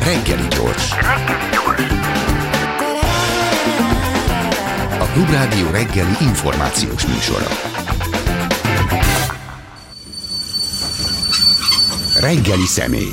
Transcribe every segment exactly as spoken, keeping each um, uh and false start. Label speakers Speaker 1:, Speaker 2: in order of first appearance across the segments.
Speaker 1: Reggeli gyors. A Klubrádió reggeli információs műsora. Reggeli személy.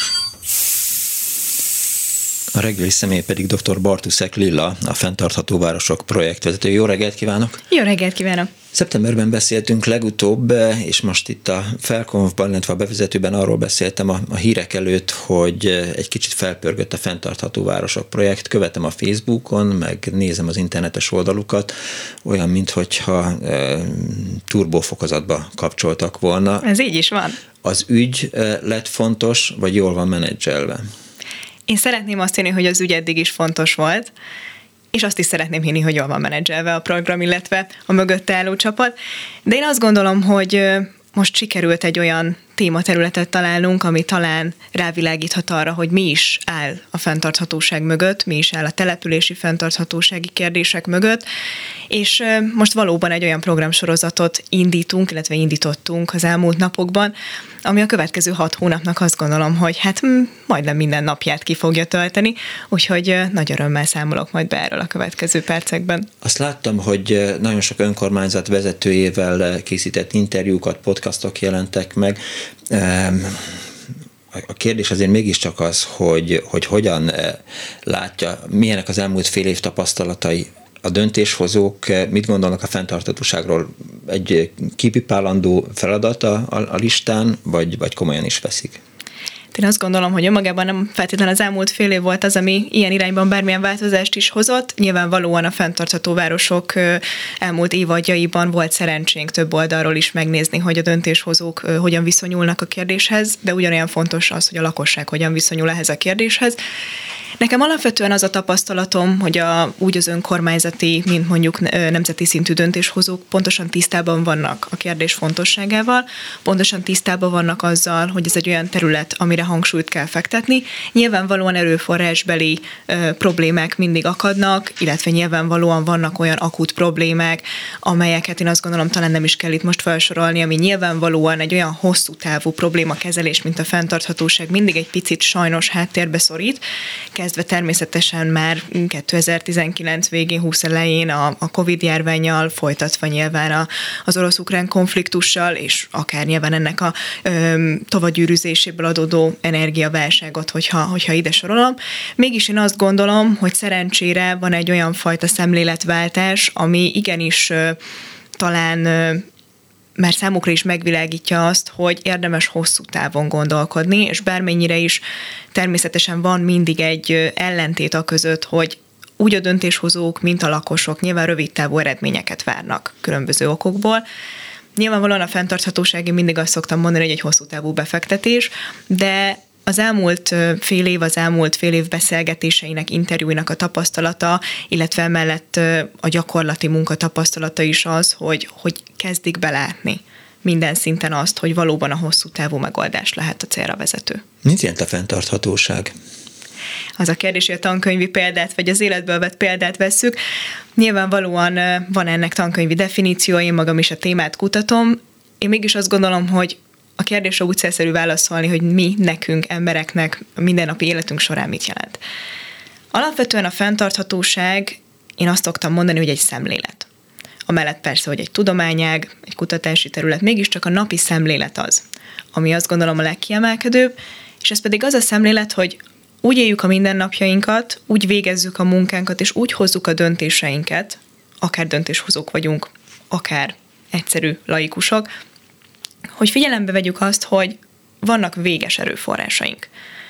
Speaker 2: A reggeli személy pedig dr. Bartuszek Lilla, a Fenntartható Városok projektvezető. Jó reggelt kívánok!
Speaker 3: Jó reggelt kívánok!
Speaker 2: Szeptemberben beszéltünk legutóbb, és most itt a felkonfban, illetve a bevezetőben arról beszéltem a, a hírek előtt, hogy egy kicsit felpörgött a Fenntartható Városok projekt. Követem a Facebookon, meg nézem az internetes oldalukat, olyan, minthogyha e, turbófokozatba kapcsoltak volna.
Speaker 3: Ez így is van.
Speaker 2: Az ügy e, lett fontos, vagy jól van menedzselve?
Speaker 3: Én szeretném azt hinni, hogy az ügy eddig is fontos volt, és azt is szeretném hinni, hogy jól van menedzselve a program, illetve a mögötte álló csapat. De én azt gondolom, hogy most sikerült egy olyan tématerületet találnunk, ami talán rávilágíthat arra, hogy mi is áll a fenntarthatóság mögött, mi is áll a települési fenntarthatósági kérdések mögött, és most valóban egy olyan programsorozatot indítunk, illetve indítottunk az elmúlt napokban, ami a következő hat hónapnak azt gondolom, hogy hát majdnem minden napját ki fogja tölteni, úgyhogy nagy örömmel számolok majd be erről a következő percekben.
Speaker 2: Azt láttam, hogy nagyon sok önkormányzat vezetőjével készített interjúkat, podcastok jelentek meg. A kérdés azért mégiscsak az, hogy, hogy hogyan látja, milyenek az elmúlt fél év tapasztalatai a döntéshozók, mit gondolnak a fenntarthatóságról, egy kipipálandó feladat a, a listán, vagy, vagy komolyan is veszik?
Speaker 3: Én azt gondolom, hogy önmagában nem feltétlenül az elmúlt fél év volt az, ami ilyen irányban bármilyen változást is hozott. Nyilvánvalóan a Fenntartható Városok elmúlt évadjaiban volt szerencsénk több oldalról is megnézni, hogy a döntéshozók hogyan viszonyulnak a kérdéshez, de ugyanolyan fontos az, hogy a lakosság hogyan viszonyul ehhez a kérdéshez. Nekem alapvetően az a tapasztalatom, hogy a, úgy az önkormányzati, mint mondjuk nemzeti szintű döntéshozók pontosan tisztában vannak a kérdés fontosságával, pontosan tisztában vannak azzal, hogy ez egy olyan terület, amire hangsúlyt kell fektetni. Nyilvánvalóan erőforrásbeli ö, problémák mindig akadnak, illetve nyilvánvalóan vannak olyan akut problémák, amelyeket én azt gondolom talán nem is kell itt most felsorolni, ami nyilvánvalóan egy olyan hosszú távú problémakezelés, mint a fenntarthatóság mindig egy picit sajnos háttérbe szorít, kezdve természetesen már kétezer-tizenkilenc végén, húsz elején a, a Covid-járvánnyal, folytatva nyilván a, az orosz-ukrán konfliktussal, és akár nyilván ennek a ö, tovagyűrűzéséből adódó energiaválságot, hogyha, hogyha ide sorolom. Mégis én azt gondolom, hogy szerencsére van egy olyan fajta szemléletváltás, ami igenis ö, talán ö, már számukra is megvilágítja azt, hogy érdemes hosszú távon gondolkodni, és bármennyire is természetesen van mindig egy ellentét a között, hogy úgy a döntéshozók, mint a lakosok nyilván rövid távú eredményeket várnak különböző okokból. Nyilvánvalóan a fenntarthatósági mindig azt szoktam mondani, hogy egy hosszú távú befektetés, de az elmúlt fél év, az elmúlt fél év beszélgetéseinek, interjúinak a tapasztalata, illetve mellett a gyakorlati munka tapasztalata is az, hogy, hogy kezdik belátni minden szinten azt, hogy valóban a hosszú távú megoldás lehet a célra vezető.
Speaker 2: Mit jelent a fenntarthatóság?
Speaker 3: Az a kérdés, hogy a tankönyvi példát, vagy az életből vett példát vesszük. Nyilvánvalóan van ennek tankönyvi definíciója, én magam is a témát kutatom. Én mégis azt gondolom, hogy a kérdésre úgy célszerű válaszolni, hogy mi, nekünk, embereknek a mindennapi életünk során mit jelent. Alapvetően a fenntarthatóság, én azt szoktam mondani, hogy egy szemlélet. Amellett persze, hogy egy tudományág, egy kutatási terület, mégiscsak a napi szemlélet az, ami azt gondolom a legkiemelkedőbb, és ez pedig az a szemlélet, hogy úgy éljük a mindennapjainkat, úgy végezzük a munkánkat, és úgy hozzuk a döntéseinket, akár döntéshozók vagyunk, akár egyszerű laikusok, hogy figyelembe vegyük azt, hogy vannak véges erőforrásaink.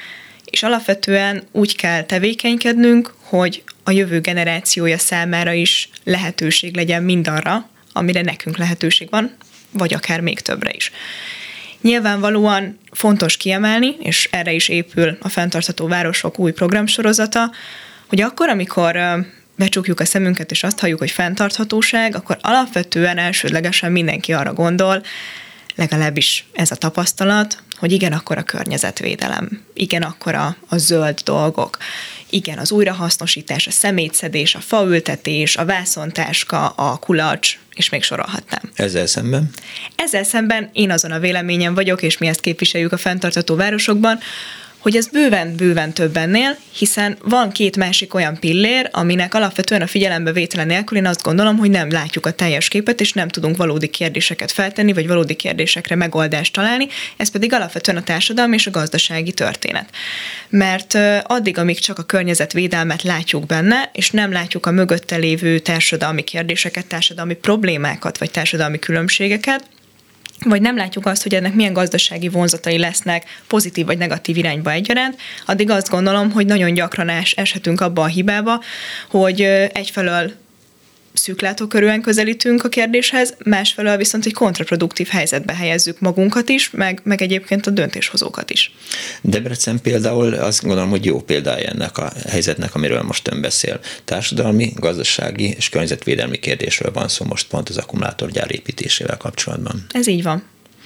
Speaker 3: És alapvetően úgy kell tevékenykednünk, hogy a jövő generációja számára is lehetőség legyen mindarra, amire nekünk lehetőség van, vagy akár még többre is. Nyilvánvalóan fontos kiemelni, és erre is épül a Fenntartható Városok új programsorozata, hogy akkor, amikor becsukjuk a szemünket, és azt halljuk, hogy fenntarthatóság, akkor alapvetően elsődlegesen mindenki arra gondol, legalábbis ez a tapasztalat, hogy igen, akkor a környezetvédelem, igen, akkor a, a zöld dolgok, igen, az újrahasznosítás, a szemétszedés, a faültetés, a vászontáska, a kulacs, és még sorolhatnám.
Speaker 2: Ezzel szemben?
Speaker 3: Ezzel szemben én azon a véleményen vagyok, és mi ezt képviseljük a Fenntartható Városokban, hogy ez bőven-bőven több ennél, hiszen van két másik olyan pillér, aminek alapvetően a figyelembevétele nélkül én azt gondolom, hogy nem látjuk a teljes képet, és nem tudunk valódi kérdéseket feltenni, vagy valódi kérdésekre megoldást találni, ez pedig alapvetően a társadalmi és a gazdasági történet. Mert addig, amíg csak a környezetvédelmet látjuk benne, és nem látjuk a mögötte lévő társadalmi kérdéseket, társadalmi problémákat, vagy társadalmi különbségeket, vagy nem látjuk azt, hogy ennek milyen gazdasági vonzatai lesznek pozitív vagy negatív irányba egyaránt, addig azt gondolom, hogy nagyon gyakran es, eshetünk abba a hibába, hogy egyfelől szűklátókörűen közelítünk a kérdéshez, másfelől viszont egy kontraproduktív helyzetbe helyezzük magunkat is, meg, meg egyébként a döntéshozókat is.
Speaker 2: Debrecen például azt gondolom, hogy jó példája ennek a helyzetnek, amiről most ön beszél. Társadalmi, gazdasági és környezetvédelmi kérdésről van szó most pont az akkumulátorgyár építésével kapcsolatban.
Speaker 3: Ez így van.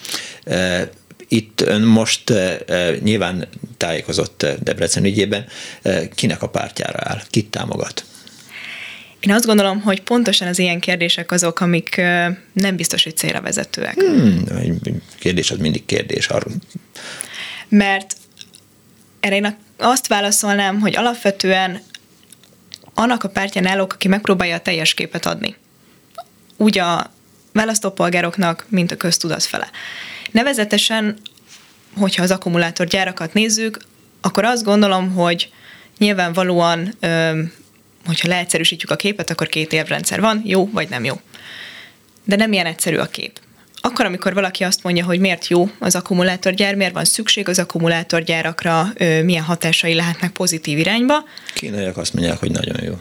Speaker 2: Itt ön most nyilván tájékozott Debrecen ügyében, kinek a pártjára áll, kit támogat?
Speaker 3: Én azt gondolom, hogy pontosan az ilyen kérdések azok, amik nem biztos, hogy célra vezetőek.
Speaker 2: Hmm, kérdés az mindig kérdés.
Speaker 3: Mert erre én azt válaszolnám, hogy alapvetően annak a pártján állok, aki megpróbálja a teljes képet adni. Úgy a választópolgároknak, mint a köztudat fele. Nevezetesen, hogyha az akkumulátorgyárakat nézzük, akkor azt gondolom, hogy nyilvánvalóan hogyha leegyszerűsítjük a képet, akkor két érvrendszer van, jó vagy nem jó. De nem ilyen egyszerű a kép. Akkor, amikor valaki azt mondja, hogy miért jó az akkumulátorgyár, miért van szükség az akkumulátorgyárakra, milyen hatásai lehetnek pozitív irányba.
Speaker 2: Kínaiak azt mondják, hogy nagyon jó.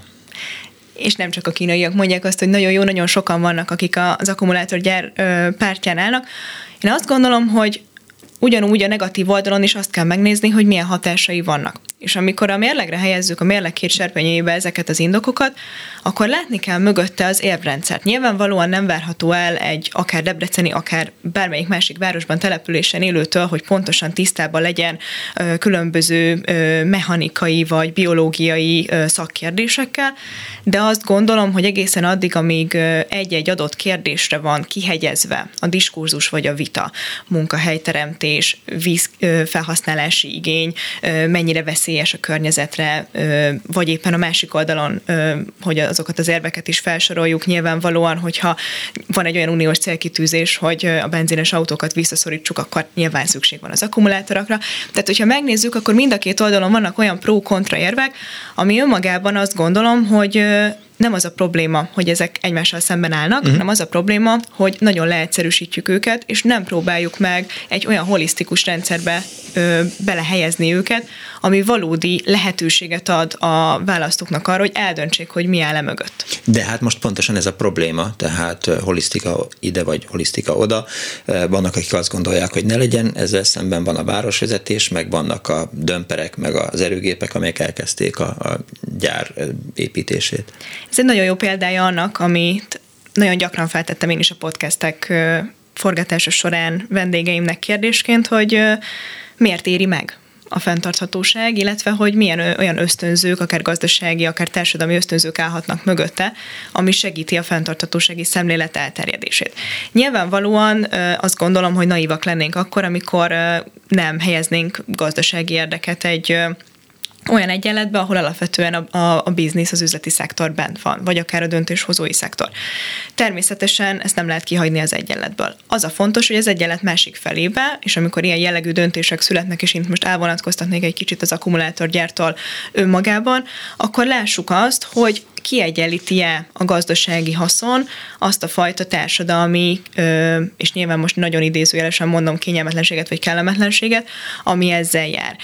Speaker 3: És nem csak a kínaiak mondják azt, hogy nagyon jó, nagyon sokan vannak, akik az akkumulátorgyár pártján állnak. Én azt gondolom, hogy ugyanúgy a negatív oldalon is azt kell megnézni, hogy milyen hatásai vannak. És amikor a mérlegre helyezzük a mérleg két serpenyőjébe ezeket az indokokat, akkor látni kell mögötte az érvrendszert. Nyilvánvalóan nem várható el egy akár debreceni, akár bármelyik másik városban, településen élőtől, hogy pontosan tisztában legyen különböző mechanikai vagy biológiai szakkérdésekkel, de azt gondolom, hogy egészen addig, amíg egy-egy adott kérdésre van kihegyezve a diskurzus vagy a vita, munkahelyteremtés, vízfelhasználási igény, mennyire veszélyes a környezetre, vagy éppen a másik oldalon, hogy azokat az érveket is felsoroljuk. Nyilvánvalóan, hogyha van egy olyan uniós célkitűzés, hogy a benzines autókat visszaszorítsuk, akkor nyilván szükség van az akkumulátorokra. Tehát, hogyha megnézzük, akkor mind a két oldalon vannak olyan pro-kontra érvek, ami önmagában azt gondolom, hogy nem az a probléma, hogy ezek egymással szemben állnak, uh-huh. hanem az a probléma, hogy nagyon leegyszerűsítjük őket, és nem próbáljuk meg egy olyan holisztikus rendszerbe ö, belehelyezni őket, ami valódi lehetőséget ad a választóknak arra, hogy eldöntsék, hogy mi áll e mögött.
Speaker 2: De hát most pontosan ez a probléma, tehát holisztika ide vagy holisztika oda. Vannak, akik azt gondolják, hogy ne legyen, ezzel szemben van a városvezetés, meg vannak a dömperek, meg az erőgépek, amelyek elkezdték a, a gyár építését.
Speaker 3: Ez egy nagyon jó példája annak, amit nagyon gyakran feltettem én is a podcastek forgatása során vendégeimnek kérdésként, hogy miért éri meg a fenntarthatóság, illetve hogy milyen olyan ösztönzők, akár gazdasági, akár társadalmi ösztönzők állhatnak mögötte, ami segíti a fenntarthatósági szemlélet elterjedését. Nyilvánvalóan azt gondolom, hogy naívak lennénk akkor, amikor nem helyeznénk gazdasági érdeket egy olyan egyenletben, ahol alapvetően a, a, a biznisz, az üzleti szektor bent van, vagy akár a döntéshozói szektor. Természetesen ezt nem lehet kihagyni az egyenletből. Az a fontos, hogy az egyenlet másik felébe, és amikor ilyen jellegű döntések születnek, és én most elvonatkoztatnék egy kicsit az akkumulátorgyártól önmagában, akkor lássuk azt, hogy kiegyenlíti-e a gazdasági haszon azt a fajta társadalmi, és nyilván most nagyon idézőjelesen mondom kényelmetlenséget vagy kellemetlenséget, ami ezzel jár.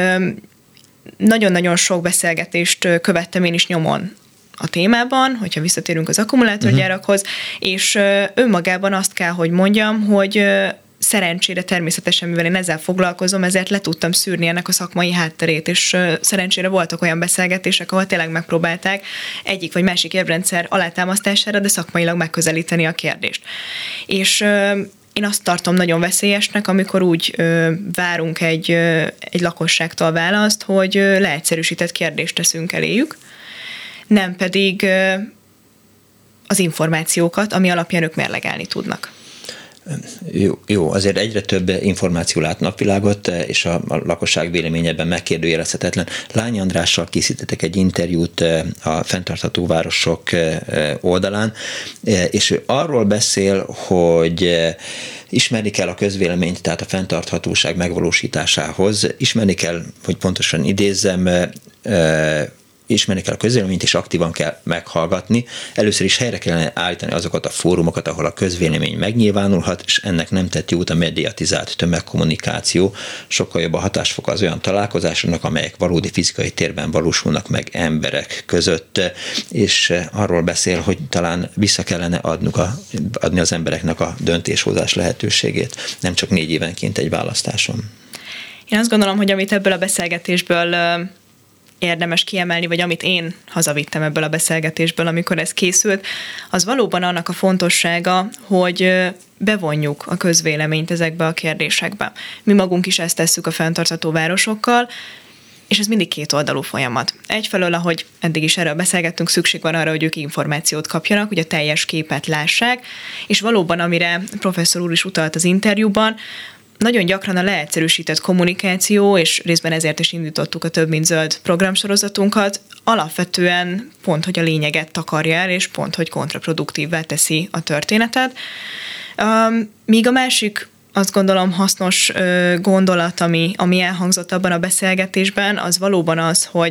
Speaker 3: Nagyon-nagyon sok beszélgetést követtem én is nyomon a témában, hogyha visszatérünk az akkumulátorgyárakhoz, uh-huh. és önmagában azt kell, hogy mondjam, hogy szerencsére természetesen, mivel én ezzel foglalkozom, ezért le tudtam szűrni ennek a szakmai hátterét, és szerencsére voltak olyan beszélgetések, ahol tényleg megpróbálták egyik vagy másik érvrendszer alátámasztására, de szakmailag megközelíteni a kérdést. És én azt tartom nagyon veszélyesnek, amikor úgy ö, várunk egy, ö, egy lakosságtól választ, hogy ö, leegyszerűsített kérdést teszünk eléjük, nem pedig ö, az információkat, ami alapján ők mérlegelni tudnak.
Speaker 2: Jó, jó, azért egyre több információ lát napvilágot, és a, a lakosság véleményében megkérdőjelezhetetlen. Lány Andrással készítettek egy interjút a Fenntartható Városok oldalán, és ő arról beszél, hogy ismerni kell a közvéleményt, tehát a fenntarthatóság megvalósításához. Ismerni kell, hogy pontosan idézzem, ismerni kell a közvéleményt, és aktívan kell meghallgatni. Először is helyre kellene állítani azokat a fórumokat, ahol a közvélemény megnyilvánulhat, és ennek nem tett jót a mediatizált tömegkommunikáció. Sokkal jobb a hatásfoka az olyan találkozásoknak, amelyek valódi fizikai térben valósulnak meg emberek között, és arról beszél, hogy talán vissza kellene adnunk a, adni az embereknek a döntéshozás lehetőségét, nem csak négy évenként egy választáson.
Speaker 3: Én azt gondolom, hogy amit ebből a beszélgetésből érdemes kiemelni, vagy amit én hazavittem ebből a beszélgetésből, amikor ez készült, az valóban annak a fontossága, hogy bevonjuk a közvéleményt ezekbe a kérdésekbe. Mi magunk is ezt tesszük a fenntartható városokkal, és ez mindig két oldalú folyamat. Egyfelől, ahogy eddig is erről beszélgettünk, szükség van arra, hogy ők információt kapjanak, hogy a teljes képet lássák, és valóban, amire professzor úr is utalt az interjúban, nagyon gyakran a leegyszerűsített kommunikáció, és részben ezért is indítottuk a Több mint Zöld programsorozatunkat, alapvetően pont, hogy a lényeget takarja el, és pont, hogy kontraproduktívvá teszi a történetet. Míg a másik, azt gondolom, hasznos gondolat, ami, ami elhangzott abban a beszélgetésben, az valóban az, hogy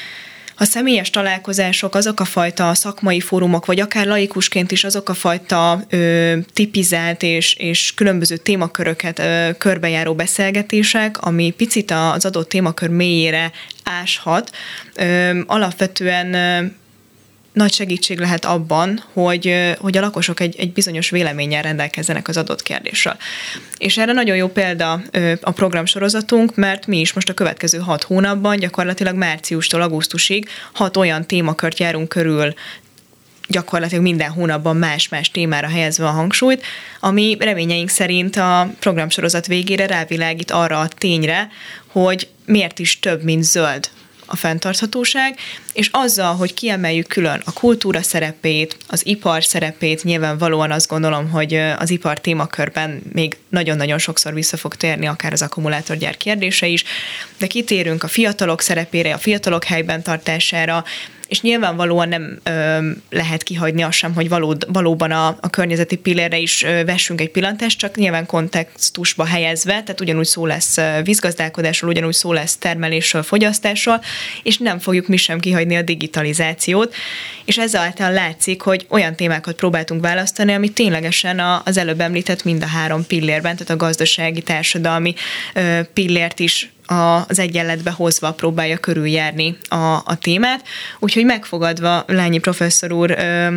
Speaker 3: a személyes találkozások, azok a fajta szakmai fórumok, vagy akár laikusként is azok a fajta ö, tipizált és, és különböző témaköröket ö, körbejáró beszélgetések, ami picit az adott témakör mélyére áshat, ö, alapvetően ö, nagy segítség lehet abban, hogy, hogy a lakosok egy, egy bizonyos véleménnyel rendelkezzenek az adott kérdésről. És erre nagyon jó példa a programsorozatunk, mert mi is most a következő hat hónapban, gyakorlatilag márciustól augusztusig hat olyan témakört járunk körül, gyakorlatilag minden hónapban más-más témára helyezve a hangsúlyt, ami reményeink szerint a programsorozat végére rávilágít arra a tényre, hogy miért is több, mint zöld a fenntarthatóság, és azzal, hogy kiemeljük külön a kultúra szerepét, az ipar szerepét, nyilvánvalóan azt gondolom, hogy az ipar témakörben még nagyon-nagyon sokszor vissza fog térni akár az akkumulátorgyár kérdése is, de kitérünk a fiatalok szerepére, a fiatalok helyben tartására, és nyilvánvalóan nem ö, lehet kihagyni azt sem, hogy való, valóban a, a környezeti pillérre is ö, vessünk egy pillantást, csak nyilván kontextusba helyezve, tehát ugyanúgy szó lesz vízgazdálkodásról, ugyanúgy szó lesz termelésről, fogyasztásról, és nem fogjuk mi sem kihagyni a digitalizációt, és ezáltal látszik, hogy olyan témákat próbáltunk választani, ami ténylegesen a, az előbb említett mind a három pillérben, tehát a gazdasági, társadalmi ö, pillért is az egyenletbe hozva próbálja körüljárni a, a témát. Úgyhogy megfogadva Lányi professzor úr ö,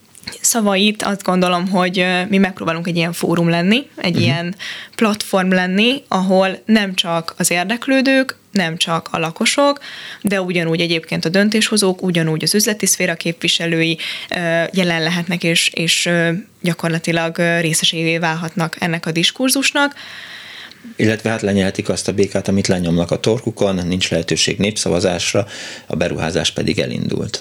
Speaker 3: szavait, azt gondolom, hogy ö, mi megpróbálunk egy ilyen fórum lenni, egy uh-huh. ilyen platform lenni, ahol nem csak az érdeklődők, nem csak a lakosok, de ugyanúgy egyébként a döntéshozók, ugyanúgy az üzleti szféra képviselői ö, jelen lehetnek, és, és ö, gyakorlatilag ö, részesévé válhatnak ennek a diskurzusnak.
Speaker 2: Illetve hát lenyeltik azt a békát, amit lenyomnak a torkukon, nincs lehetőség népszavazásra, a beruházás pedig elindult.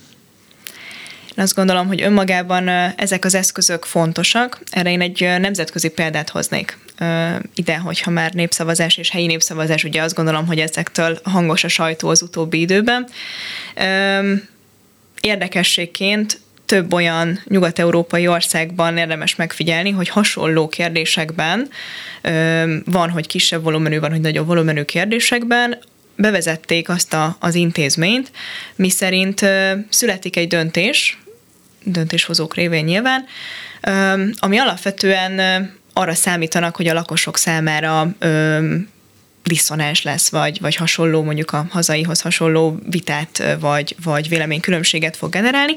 Speaker 3: Én azt gondolom, hogy önmagában ezek az eszközök fontosak. Erre én egy nemzetközi példát hoznék ide, hogyha már népszavazás és helyi népszavazás, ugye azt gondolom, hogy ezektől hangos a sajtó az utóbbi időben. Érdekességként több olyan nyugat-európai országban érdemes megfigyelni, hogy hasonló kérdésekben, van, hogy kisebb volumenű, van, hogy nagyobb volumenű kérdésekben bevezették azt a, az intézményt, miszerint születik egy döntés, döntéshozók révén nyilván, ami alapvetően arra számítanak, hogy a lakosok számára diszonáns lesz, vagy, vagy hasonló, mondjuk a hazaihoz hasonló vitát, vagy, vagy véleménykülönbséget fog generálni.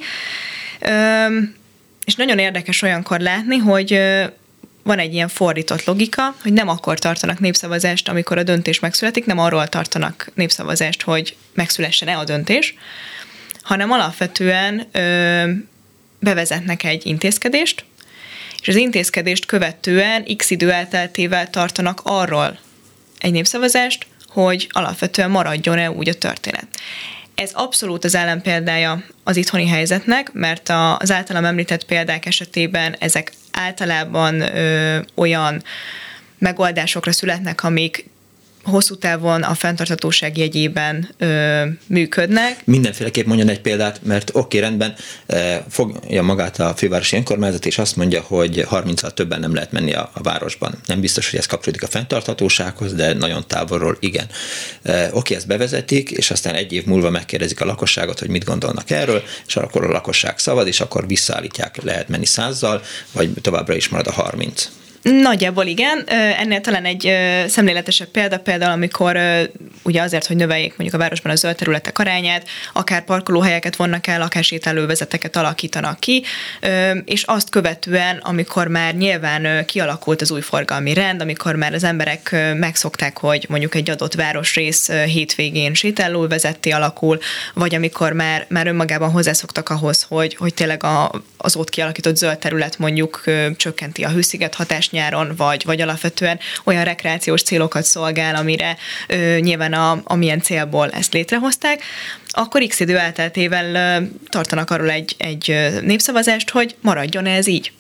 Speaker 3: És nagyon érdekes olyankor látni, hogy van egy ilyen fordított logika, hogy nem akkor tartanak népszavazást, amikor a döntés megszületik, nem arról tartanak népszavazást, hogy megszülessen-e a döntés, hanem alapvetően ö, bevezetnek egy intézkedést, és az intézkedést követően x idő elteltével tartanak arról egy népszavazást, hogy alapvetően maradjon-e úgy a történet. Ez abszolút az ellenpéldája az itthoni helyzetnek, mert az általam említett példák esetében ezek általában ö, olyan megoldásokra születnek, amik hosszú távon a fenntarthatóság jegyében ö, működnek.
Speaker 2: Mindenféleképp mondjon egy példát, mert oké, okay, rendben, e, fogja magát a fővárosi önkormányzat, és azt mondja, hogy harminccal többen nem lehet menni a, a városban. Nem biztos, hogy ez kapcsolódik a fenntarthatósághoz, de nagyon távolról igen. E, oké, okay, ezt bevezetik, és aztán egy év múlva megkérdezik a lakosságot, hogy mit gondolnak erről, és akkor a lakosság szavad, és akkor visszaállítják, lehet menni százzal, vagy továbbra is marad a harminc.
Speaker 3: Nagyjából igen. Ennél talán egy szemléletesebb példa, például amikor ugye azért, hogy növeljék mondjuk a városban a zöld területek arányát, akár parkolóhelyeket vonnak el, akár sétálóvezeteket alakítanak ki, és azt követően, amikor már nyilván kialakult az új forgalmi rend, amikor már az emberek megszokták, hogy mondjuk egy adott városrész hétvégén sétálóvezetté alakul, vagy amikor már, már önmagában hozzászoktak ahhoz, hogy, hogy tényleg a, az ott kialakított zöld terület mondjuk csökkenti a hősziget hatást nyáron, vagy, vagy alapvetően olyan rekreációs célokat szolgál, amire ö, nyilván a, amilyen célból ezt létrehozták, akkor x idő elteltével ö, tartanak arról egy, egy népszavazást, hogy maradjon ez így.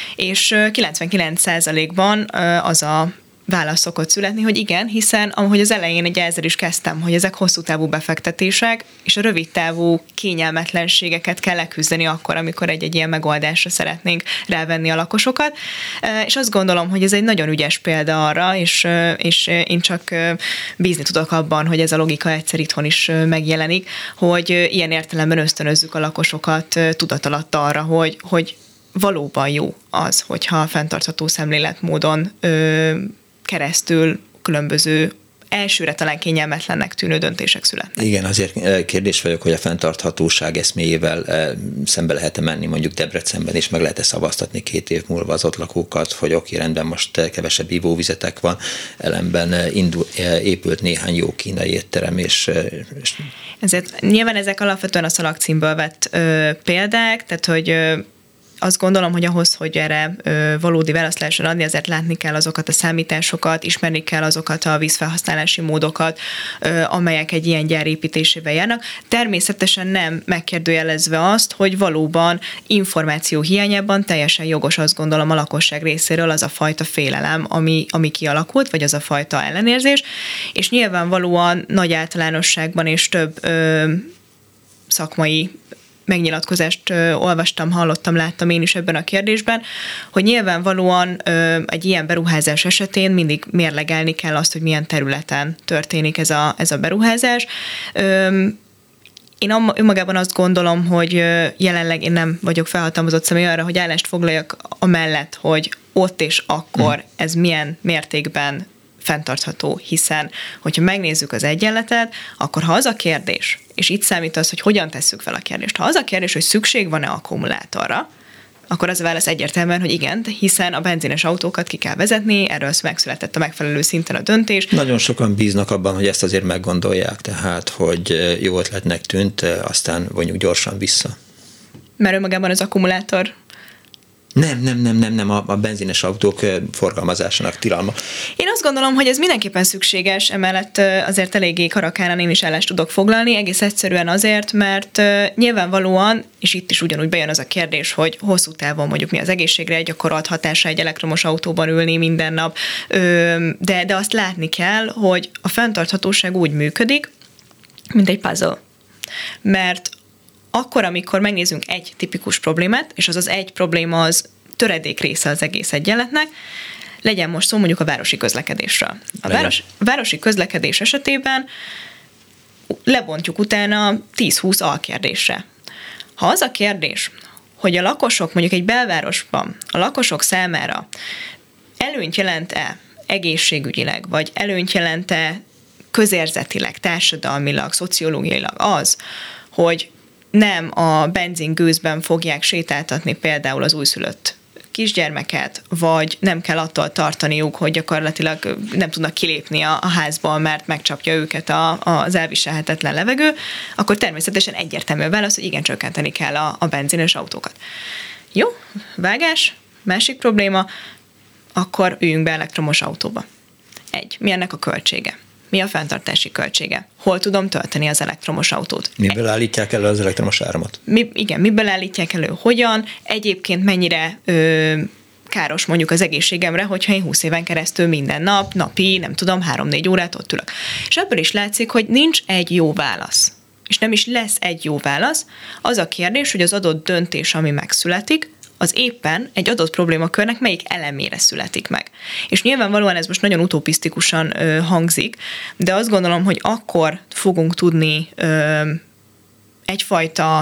Speaker 3: És ö, kilencvenkilenc százalékban ö, az a válasz szokott születni, hogy igen, hiszen ahogy az elején egy ezzel is kezdtem, hogy ezek hosszú távú befektetések, és a rövid távú kényelmetlenségeket kell leküzdeni akkor, amikor egy-egy ilyen megoldásra szeretnénk rávenni a lakosokat. És azt gondolom, hogy ez egy nagyon ügyes példa arra, és, és én csak bízni tudok abban, hogy ez a logika egyszer itthon is megjelenik, hogy ilyen értelemben ösztönözzük a lakosokat tudatalatt arra, hogy, hogy valóban jó az, hogyha fenntartható szemléletmódon ö, keresztül különböző elsőre talán kényelmetlennek tűnő döntések születnek.
Speaker 2: Igen, azért kérdés vagyok, hogy a fenntarthatóság eszméjével szembe lehet-e menni mondjuk Debrecenben, és meg lehet-e szavaztatni két év múlva az ott lakókat, hogy oké, rendben, most kevesebb ivóvizetek van, ellenben indul, épült néhány jó kínai étterem, és, és...
Speaker 3: Ezért nyilván ezek alapvetően a szalagcímből vett ö, példák, tehát hogy ö, azt gondolom, hogy ahhoz, hogy erre ö, valódi választ lehessen adni, azért látni kell azokat a számításokat, ismerni kell azokat a vízfelhasználási módokat, ö, amelyek egy ilyen gyár építésével járnak. Természetesen nem megkérdőjelezve azt, hogy valóban információ hiányában teljesen jogos, azt gondolom, a lakosság részéről az a fajta félelem, ami, ami kialakult, vagy az a fajta ellenérzés, és nyilvánvalóan nagy általánosságban és több ö, szakmai megnyilatkozást ö, olvastam, hallottam, láttam én is ebben a kérdésben, hogy nyilvánvalóan ö, egy ilyen beruházás esetén mindig mérlegelni kell azt, hogy milyen területen történik ez a, ez a beruházás. Ö, Én önmagában azt gondolom, hogy ö, jelenleg én nem vagyok felhatalmazott személy arra, hogy állást foglaljak amellett, hogy ott és akkor mm. ez milyen mértékben fenntartható, hiszen hogyha megnézzük az egyenletet, akkor ha az a kérdés, és itt számít az, hogy hogyan tesszük fel a kérdést, ha az a kérdés, hogy szükség van-e akkumulátorra, akkor az a válasz egyértelműen, hogy igen, hiszen a benzines autókat ki kell vezetni, erről megszületett a megfelelő szinten a döntés.
Speaker 2: Nagyon sokan bíznak abban, hogy ezt azért meggondolják, tehát, hogy jó ötletnek tűnt, aztán vonjuk gyorsan vissza.
Speaker 3: Mert önmagában az akkumulátor...
Speaker 2: Nem, nem, nem, nem, nem, a, a benzines autók forgalmazásának tilalma.
Speaker 3: Én azt gondolom, hogy ez mindenképpen szükséges, emellett azért eléggé karakáran én is állást tudok foglalni, egész egyszerűen azért, mert nyilvánvalóan, és itt is ugyanúgy bejön az a kérdés, hogy hosszú távon mondjuk mi az egészségre gyakorolt hatása egy elektromos autóban ülni minden nap, de, de azt látni kell, hogy a fenntarthatóság úgy működik, mint egy puzzle. Mert akkor, amikor megnézzünk egy tipikus problémát, és az az egy probléma az töredék része az egész egyenletnek, legyen most szó mondjuk a városi közlekedésről. A város, városi közlekedés esetében lebontjuk utána tíz-húsz alkérdésre. Ha az a kérdés, hogy a lakosok mondjuk egy belvárosban, a lakosok számára előnyt jelent-e egészségügyileg, vagy előnyt jelent-e közérzetileg, társadalmilag, szociológiailag az, hogy nem a benzingőzben fogják sétáltatni például az újszülött kisgyermeket, vagy nem kell attól tartaniuk, hogy gyakorlatilag nem tudnak kilépni a, a házból, mert megcsapja őket a, az elviselhetetlen levegő, akkor természetesen egyértelmű a válasz, hogy igen, csökkenteni kell a, a benzines autókat. Jó, vágás, másik probléma, akkor üljünk be elektromos autóba. Egy, mi ennek a költsége? Mi a fenntartási költsége? Hol tudom tölteni az elektromos autót?
Speaker 2: Miből állítják elő az elektromos áramot?
Speaker 3: Mi, igen, miből állítják elő? Hogyan? Egyébként mennyire ö, káros mondjuk az egészségemre, hogyha én húsz éven keresztül minden nap, napi, nem tudom, három-négy órát ott ülök. És ebből is látszik, hogy nincs egy jó válasz. És nem is lesz egy jó válasz. Az a kérdés, hogy az adott döntés, ami megszületik, az éppen egy adott problémakörnek melyik elemére születik meg. És nyilvánvalóan ez most nagyon utopisztikusan ö, hangzik, de azt gondolom, hogy akkor fogunk tudni ö, egyfajta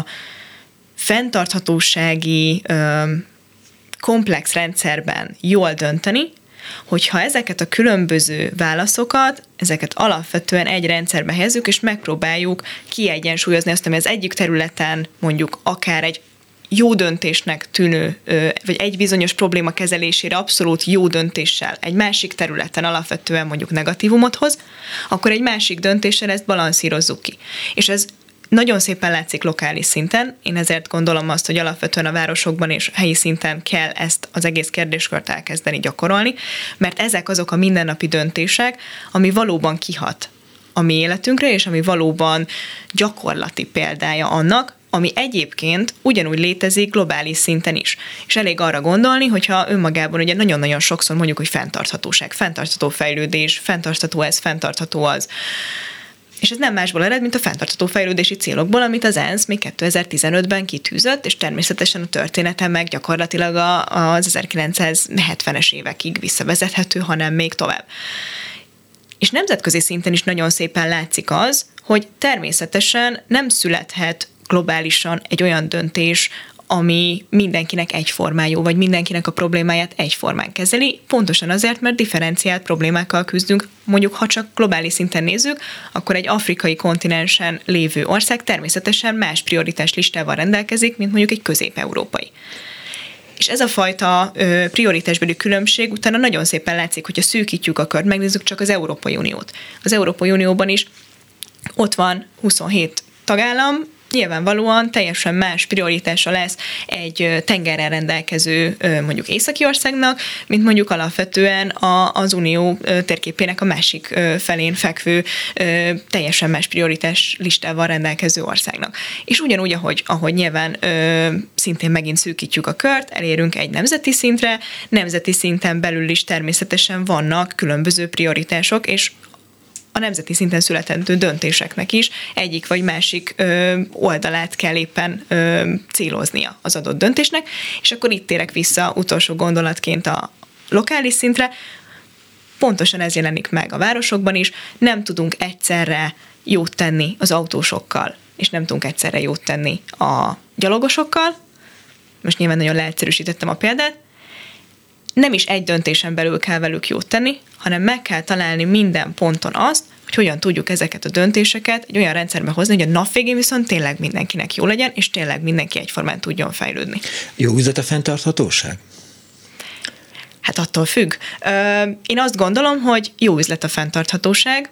Speaker 3: fenntarthatósági ö, komplex rendszerben jól dönteni, hogyha ezeket a különböző válaszokat, ezeket alapvetően egy rendszerbe helyezzük, és megpróbáljuk kiegyensúlyozni azt, ami az egyik területen mondjuk akár egy jó döntésnek tűnő, vagy egy bizonyos probléma kezelésére abszolút jó döntéssel egy másik területen alapvetően mondjuk negatívumot hoz, akkor egy másik döntéssel ezt balanszírozzuk ki. És ez nagyon szépen látszik lokális szinten, én ezért gondolom azt, hogy alapvetően a városokban és helyi szinten kell ezt az egész kérdéskört elkezdeni gyakorolni, mert ezek azok a mindennapi döntések, ami valóban kihat a mi életünkre, és ami valóban gyakorlati példája annak, ami egyébként ugyanúgy létezik globális szinten is. És elég arra gondolni, hogyha önmagában ugye nagyon-nagyon sokszor mondjuk, hogy fenntarthatóság, fenntartható fejlődés, fenntartható ez, fenntartható az. És ez nem másból ered, mint a fenntartható fejlődési célokból, amit az ENSZ még kétezer-tizenötben kitűzött, és természetesen a történeten meg gyakorlatilag az ezerkilencszázhetvenes évekig visszavezethető, hanem még tovább. És nemzetközi szinten is nagyon szépen látszik az, hogy természetesen nem születhet globálisan egy olyan döntés, ami mindenkinek egyformán jó, vagy mindenkinek a problémáját egyformán kezeli, pontosan azért, mert differenciált problémákkal küzdünk. Mondjuk, ha csak globális szinten nézzük, akkor egy afrikai kontinensen lévő ország természetesen más prioritás listával rendelkezik, mint mondjuk egy közép-európai. És ez a fajta ö, prioritásbeli különbség utána nagyon szépen látszik, hogyha szűkítjük a kört, megnézzük csak az Európai Uniót. Az Európai Unióban is ott van huszonhét tagállam, nyilvánvalóan teljesen más prioritása lesz egy tengerrel rendelkező mondjuk északi országnak, mint mondjuk alapvetően az unió térképének a másik felén fekvő teljesen más prioritás listával rendelkező országnak. És ugyanúgy, ahogy, ahogy nyilván szintén megint szűkítjük a kört, elérünk egy nemzeti szintre, nemzeti szinten belül is természetesen vannak különböző prioritások, és a nemzeti szinten születendő döntéseknek is egyik vagy másik ö, oldalát kell éppen ö, céloznia az adott döntésnek, és akkor itt térek vissza utolsó gondolatként a lokális szintre. Pontosan ez jelenik meg a városokban is, nem tudunk egyszerre jót tenni az autósokkal, és nem tudunk egyszerre jót tenni a gyalogosokkal. Most nyilván nagyon leegyszerűsítettem a példát. Nem is egy döntésen belül kell velük jót tenni, hanem meg kell találni minden ponton azt, hogy hogyan tudjuk ezeket a döntéseket egy olyan rendszerbe hozni, hogy a nap végén viszont tényleg mindenkinek jó legyen, és tényleg mindenki egyformán tudjon fejlődni.
Speaker 2: Jó üzlet a fenntarthatóság?
Speaker 3: Hát attól függ. Én azt gondolom, hogy jó üzlet a fenntarthatóság.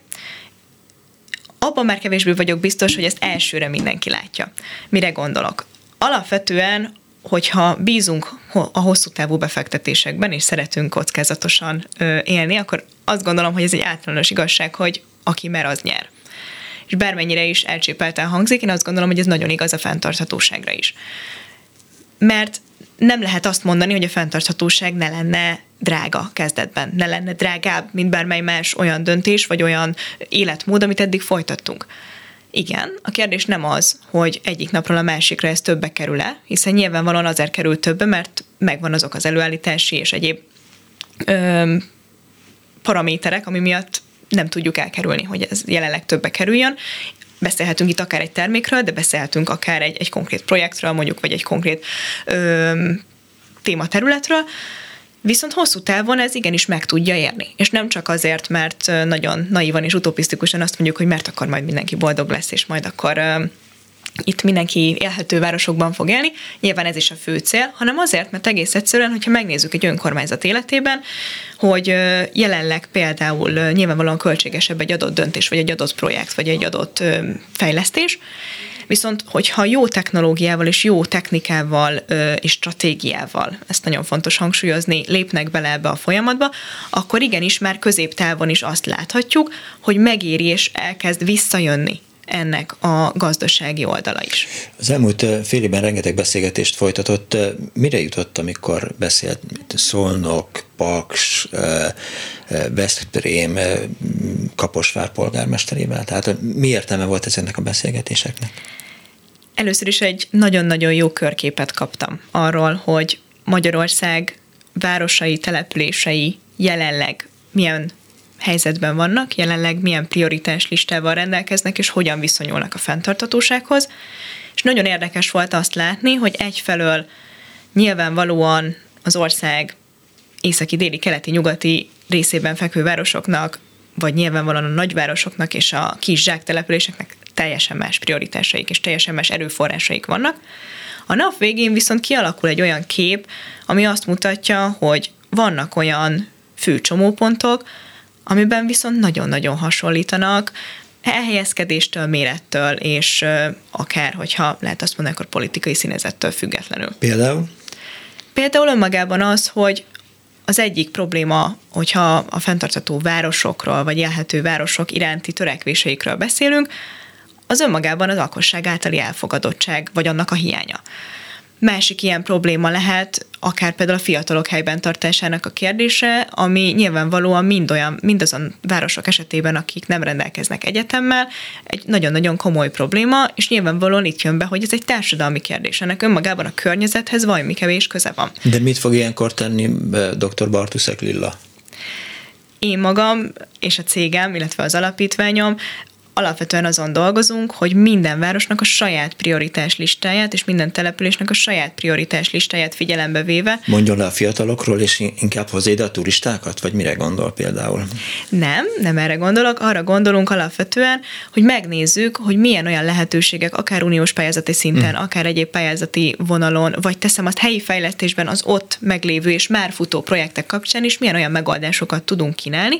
Speaker 3: Abban már kevésbé vagyok biztos, hogy ezt elsőre mindenki látja. Mire gondolok? Alapvetően, hogyha bízunk a hosszú távú befektetésekben, és szeretünk kockázatosan élni, akkor azt gondolom, hogy ez egy általános igazság, hogy aki mer, az nyer. És bármennyire is elcsépelten hangzik, én azt gondolom, hogy ez nagyon igaz a fenntarthatóságra is. Mert nem lehet azt mondani, hogy a fenntarthatóság ne lenne drága kezdetben, ne lenne drágább, mint bármely más olyan döntés, vagy olyan életmód, amit eddig folytattunk. Igen, a kérdés nem az, hogy egyik napról a másikra ez többe kerül-e, hiszen nyilvánvalóan azért kerül többe, mert megvan azok az előállítási és egyéb ö, paraméterek, ami miatt nem tudjuk elkerülni, hogy ez jelenleg többe kerüljön. Beszélhetünk itt akár egy termékről, de beszélhetünk akár egy, egy konkrét projektről, mondjuk, vagy egy konkrét ö, tématerületről, viszont hosszú távon ez igenis meg tudja érni. És nem csak azért, mert nagyon naívan és utopisztikusan azt mondjuk, hogy mert akkor majd mindenki boldog lesz, és majd akkor uh, itt mindenki élhető városokban fog élni. Nyilván ez is a fő cél, hanem azért, mert egész egyszerűen, hogyha megnézzük egy önkormányzat életében, hogy uh, jelenleg például uh, nyilvánvalóan költségesebb egy adott döntés, vagy egy adott projekt, vagy egy adott uh, fejlesztés, viszont, hogyha jó technológiával és jó technikával és stratégiával, ezt nagyon fontos hangsúlyozni, lépnek bele ebbe a folyamatba, akkor igenis már középtávon is azt láthatjuk, hogy megéri és elkezd visszajönni ennek a gazdasági oldala is.
Speaker 2: Az elmúlt fél évben rengeteg beszélgetést folytatott. Mire jutott, amikor beszélt Szolnok, Paks, Veszprém, Kaposvár polgármesterével? Tehát mi értelme volt ezeknek a beszélgetéseknek?
Speaker 3: Először is egy nagyon-nagyon jó körképet kaptam arról, hogy Magyarország városai, települései jelenleg milyen helyzetben vannak, jelenleg milyen prioritás listával rendelkeznek, és hogyan viszonyulnak a fenntarthatósághoz. És nagyon érdekes volt azt látni, hogy egyfelől nyilvánvalóan az ország északi, déli, keleti, nyugati részében fekvő városoknak, vagy nyilvánvalóan a nagyvárosoknak és a kis zsáktelepüléseknek teljesen más prioritásaik és teljesen más erőforrásaik vannak. A nap végén viszont kialakul egy olyan kép, ami azt mutatja, hogy vannak olyan fő csomópontok, amiben viszont nagyon-nagyon hasonlítanak elhelyezkedéstől, mérettől, és akár, hogyha lehet azt mondani, akkor politikai színezettől függetlenül.
Speaker 2: Például?
Speaker 3: Például önmagában az, hogy az egyik probléma, hogyha a fenntartható városokról, vagy élhető városok iránti törekvéseikről beszélünk, az önmagában az lakosság általi elfogadottság, vagy annak a hiánya. Másik ilyen probléma lehet akár például a fiatalok helyben tartásának a kérdése, ami nyilvánvalóan mind olyan, mindazon városok esetében, akik nem rendelkeznek egyetemmel, egy nagyon-nagyon komoly probléma, és nyilvánvalóan itt jön be, hogy ez egy társadalmi kérdés. Ennek önmagában a környezethez valami kevés köze van.
Speaker 2: De mit fog ilyenkor tenni doktor Bartuszek Lilla?
Speaker 3: Én magam és a cégem, illetve az alapítványom alapvetően azon dolgozunk, hogy minden városnak a saját prioritás listáját, és minden településnek a saját prioritás listáját figyelembe véve.
Speaker 2: Mondjon le a fiatalokról, és inkább hozzá ide a turistákat, vagy mire gondol például?
Speaker 3: Nem, nem erre gondolok, arra gondolunk alapvetően, hogy megnézzük, hogy milyen olyan lehetőségek, akár uniós pályázati szinten, hmm. akár egyéb pályázati vonalon, vagy teszem azt helyi fejlesztésben az ott meglévő és már futó projektek kapcsán is milyen olyan megoldásokat tudunk kínálni,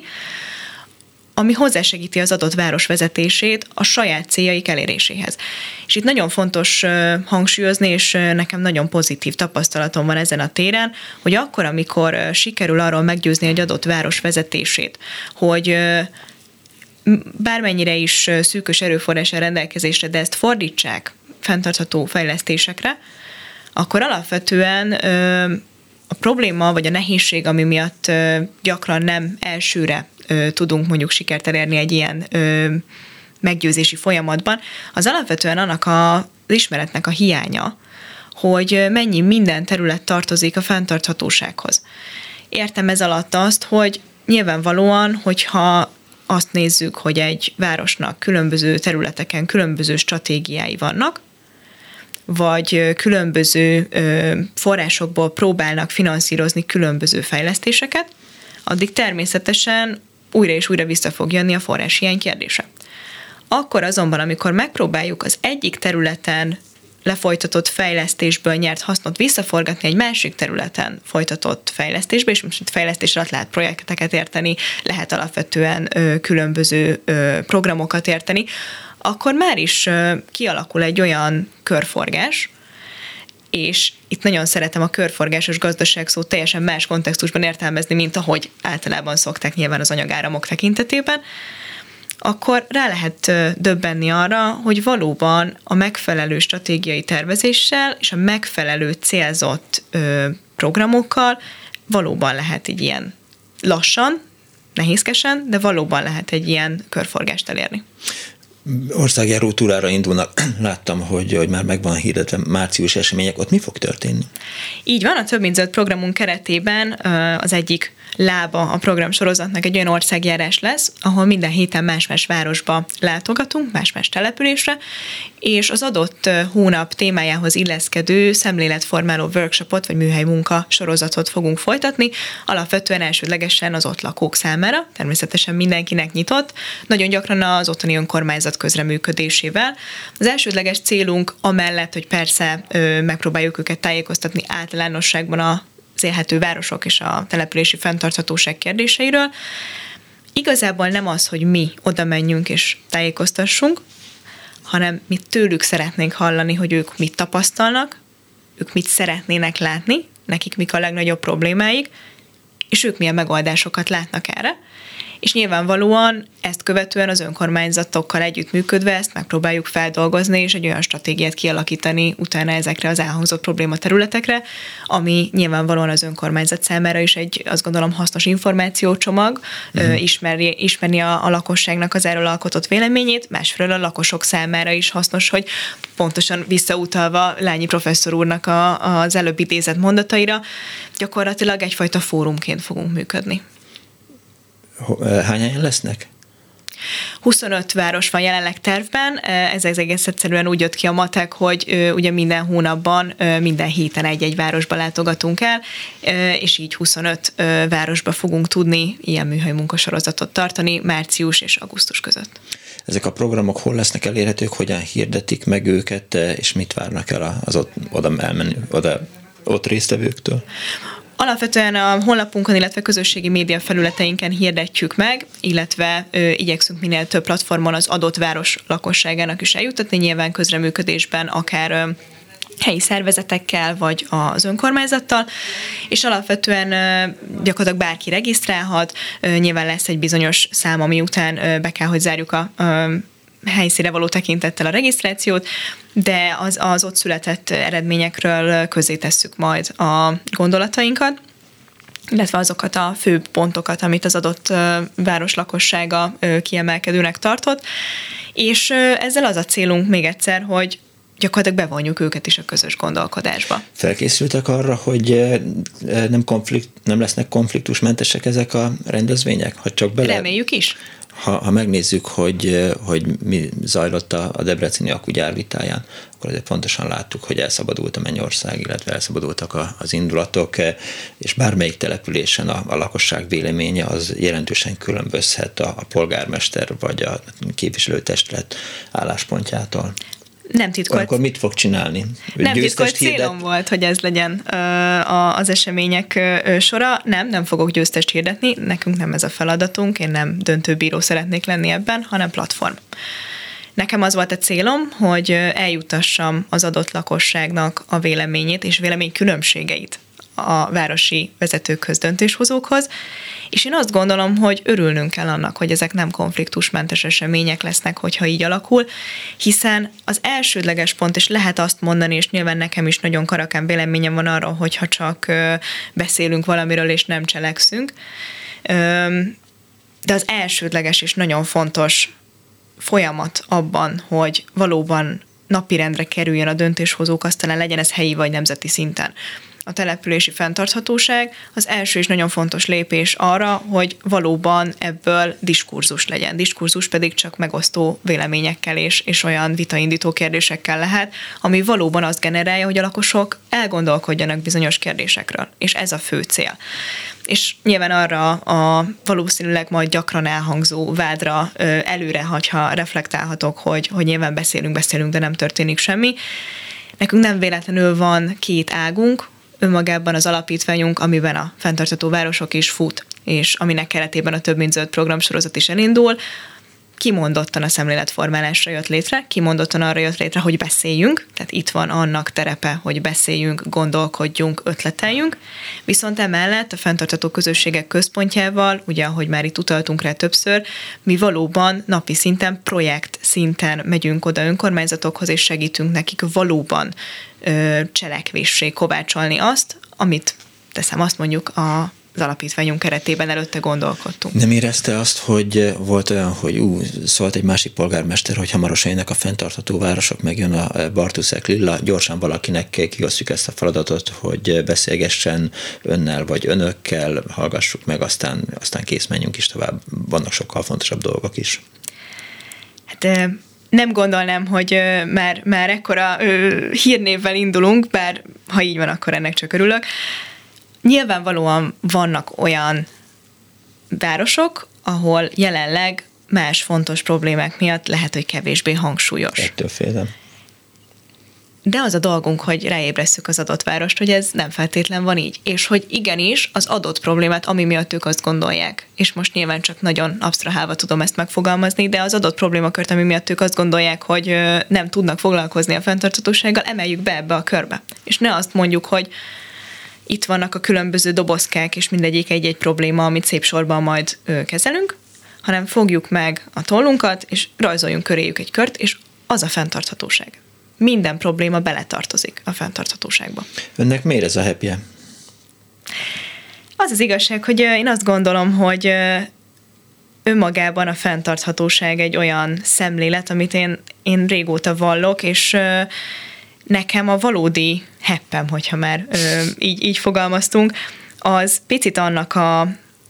Speaker 3: ami hozzásegíti az adott város vezetését a saját céljaik eléréséhez. És itt nagyon fontos hangsúlyozni, és nekem nagyon pozitív tapasztalatom van ezen a téren, hogy akkor, amikor sikerül arról meggyőzni egy adott város vezetését, hogy bármennyire is szűkös erőforrással rendelkezésre, de ezt fordítsák fenntartható fejlesztésekre, akkor alapvetően a probléma vagy a nehézség, ami miatt gyakran nem elsőre tudunk mondjuk sikert elérni egy ilyen ö, meggyőzési folyamatban, az alapvetően annak a, az ismeretnek a hiánya, hogy mennyi minden terület tartozik a fenntarthatósághoz. Értem ez alatt azt, hogy nyilvánvalóan, hogyha azt nézzük, hogy egy városnak különböző területeken különböző stratégiái vannak, vagy különböző ö, forrásokból próbálnak finanszírozni különböző fejlesztéseket, addig természetesen újra és újra vissza fog jönni a forráshiány kérdése. Akkor azonban, amikor megpróbáljuk az egyik területen lefolytatott fejlesztésből nyert hasznot visszaforgatni egy másik területen folytatott fejlesztésbe, és most itt fejlesztés alatt lehet projekteket érteni, lehet alapvetően ö, különböző ö, programokat érteni, akkor már is ö, kialakul egy olyan körforgás, és itt nagyon szeretem a körforgásos gazdaság szót teljesen más kontextusban értelmezni, mint ahogy általában szokták nyilván az anyagáramok tekintetében, akkor rá lehet döbbenni arra, hogy valóban a megfelelő stratégiai tervezéssel és a megfelelő célzott programokkal valóban lehet egy ilyen lassan, nehézkesen, de valóban lehet egy ilyen körforgást elérni.
Speaker 2: Országjáró túrára indulnak. Láttam, hogy, hogy már megvan hirdetve március események. Ott mi fog történni?
Speaker 3: Így van, a Több mint Zöld programunk keretében az egyik lába a programsorozatnak egy olyan országjárás lesz, ahol minden héten más-más városba látogatunk, más-más településre, és az adott hónap témájához illeszkedő szemléletformáló workshopot vagy műhelymunka sorozatot fogunk folytatni, alapvetően elsődlegesen az ott lakók számára, természetesen mindenkinek nyitott, nagyon gyakran az ottani önkormányzat közreműködésével. Az elsődleges célunk amellett, hogy persze ö, megpróbáljuk őket tájékoztatni általánosságban a az élhető városok és a települési fenntarthatóság kérdéseiről. Igazából nem az, hogy mi oda menjünk és tájékoztassunk, hanem mi tőlük szeretnénk hallani, hogy ők mit tapasztalnak, ők mit szeretnének látni, nekik mik a legnagyobb problémáik, és ők milyen megoldásokat látnak erre. és nyilvánvalóan ezt követően az önkormányzatokkal együttműködve ezt megpróbáljuk feldolgozni, és egy olyan stratégiát kialakítani utána ezekre az elhangzott problématerületekre, ami nyilvánvalóan az önkormányzat számára is egy, azt gondolom, hasznos információcsomag, uh-huh. ismerni, ismerni a, a lakosságnak az erről alkotott véleményét, másfelől a lakosok számára is hasznos, hogy pontosan visszautalva Lányi professzor úrnak a, az előbb idézett mondataira, gyakorlatilag egyfajta fórumként fogunk működni.
Speaker 2: Hány helyen lesznek?
Speaker 3: huszonöt város van jelenleg tervben, ez egész egyszerűen úgy jött ki a matek, hogy ugye minden hónapban, minden héten egy-egy városba látogatunk el, és így huszonöt városba fogunk tudni ilyen műhely munkasorozatot tartani március és augusztus között.
Speaker 2: Ezek a programok hol lesznek elérhetők, hogyan hirdetik meg őket, és mit várnak el az ott, oda elmenni, oda, ott résztvevőktől?
Speaker 3: Alapvetően a honlapunkon, illetve közösségi média felületeinken hirdetjük meg, illetve ö, igyekszünk minél több platformon az adott város lakosságának is eljutatni, nyilván közreműködésben akár ö, helyi szervezetekkel, vagy az önkormányzattal, és alapvetően ö, gyakorlatilag bárki regisztrálhat, ö, nyilván lesz egy bizonyos szám, ami után ö, be kell, hogy zárjuk a ö, helyszínre való tekintettel a regisztrációt, de az, az ott született eredményekről közzé tesszük majd a gondolatainkat, illetve azokat a fő pontokat, amit az adott város lakossága kiemelkedőnek tartott, és ezzel az a célunk még egyszer, hogy gyakorlatilag bevonjuk őket is a közös gondolkodásba.
Speaker 2: Felkészültek arra, hogy nem, konflikt, nem lesznek konfliktusmentesek ezek a rendezvények? Ha csak bele...
Speaker 3: Reméljük is.
Speaker 2: Ha, ha megnézzük, hogy, hogy mi zajlott a, a debreceni akugyár vitáján, akkor azért pontosan láttuk, hogy elszabadult a Mennyország, illetve elszabadultak a, az indulatok, és bármelyik településen a, a lakosság véleménye az jelentősen különbözhet a, a polgármester vagy a képviselőtestület álláspontjától.
Speaker 3: Nem titkolt.
Speaker 2: Akkor mit fog csinálni?
Speaker 3: Nem titkolt célom volt, hogy ez legyen az események sora. Nem, nem fogok győztest hirdetni, nekünk nem ez a feladatunk, én nem döntőbíró szeretnék lenni ebben, hanem platform. Nekem az volt a célom, hogy eljutassam az adott lakosságnak a véleményét és vélemény különbségeit a városi vezetőkhöz, döntéshozókhoz, és én azt gondolom, hogy örülnünk kell annak, hogy ezek nem konfliktusmentes események lesznek, hogyha így alakul, hiszen az elsődleges pont, és lehet azt mondani, és nyilván nekem is nagyon karakán véleményem van arról, hogyha csak beszélünk valamiről, és nem cselekszünk, de az elsődleges és nagyon fontos folyamat abban, hogy valóban napirendre kerüljön a döntéshozók asztalán, legyen ez helyi vagy nemzeti szinten. A települési fenntarthatóság az első és nagyon fontos lépés arra, hogy valóban ebből diskurzus legyen. Diskurzus pedig csak megosztó véleményekkel és, és olyan vitaindító kérdésekkel lehet, ami valóban azt generálja, hogy a lakosok elgondolkodjanak bizonyos kérdésekről. És ez a fő cél. És nyilván arra a valószínűleg majd gyakran elhangzó vádra előre, hogyha reflektálhatok, hogy, hogy nyilván beszélünk, beszélünk, de nem történik semmi. Nekünk nem véletlenül van két águnk, önmagában az alapítványunk, amiben a fenntartható városok is fut, és aminek keretében a Több mint Zöld programsorozat is elindul, kimondottan a szemléletformálásra jött létre, kimondottan arra jött létre, hogy beszéljünk, tehát itt van annak terepe, hogy beszéljünk, gondolkodjunk, ötleteljünk, viszont emellett a fenntartható közösségek központjával, ugye ahogy már itt utaltunk rá többször, mi valóban napi szinten, projekt szinten megyünk oda önkormányzatokhoz, és segítünk nekik valóban ö, cselekvéssé kovácsolni azt, amit teszem azt mondjuk a az alapítványunk keretében előtte gondolkodtunk.
Speaker 2: Nem érezte azt, hogy volt olyan, hogy ú, szólt egy másik polgármester, hogy hamarosan jönnek a fenntartható városok, megjön a Bartuszek Lilla, gyorsan valakinek kiosztjuk ezt a feladatot, hogy beszélgessen önnel vagy önökkel, hallgassuk meg, aztán, aztán kész, menjünk is tovább. Vannak sokkal fontosabb dolgok is.
Speaker 3: Hát nem gondolnám, hogy már, már ekkora hírnévvel indulunk, bár ha így van, akkor ennek csak örülök. Nyilvánvalóan vannak olyan városok, ahol jelenleg más fontos problémák miatt lehet, hogy kevésbé hangsúlyos.
Speaker 2: Ettől félem.
Speaker 3: De az a dolgunk, hogy ráébresszük az adott várost, hogy ez nem feltétlen van így. És hogy igenis az adott problémát, ami miatt ők azt gondolják, és most nyilván csak nagyon absztrahálva tudom ezt megfogalmazni, de az adott problémakört, ami miatt ők azt gondolják, hogy nem tudnak foglalkozni a fenntarthatósággal, emeljük be ebbe a körbe. És ne azt mondjuk, hogy itt vannak a különböző dobozkák, és mindegyik egy-egy probléma, amit szép sorban majd kezelünk, hanem fogjuk meg a tollunkat, és rajzoljunk köréjük egy kört, és az a fenntarthatóság. Minden probléma beletartozik a fenntarthatóságba.
Speaker 2: Önnek miért ez a happy-e?
Speaker 3: Az az igazság, hogy én azt gondolom, hogy önmagában a fenntarthatóság egy olyan szemlélet, amit én, én régóta vallok, és nekem a valódi heppem, hogyha már így, így fogalmaztunk, az picit annak a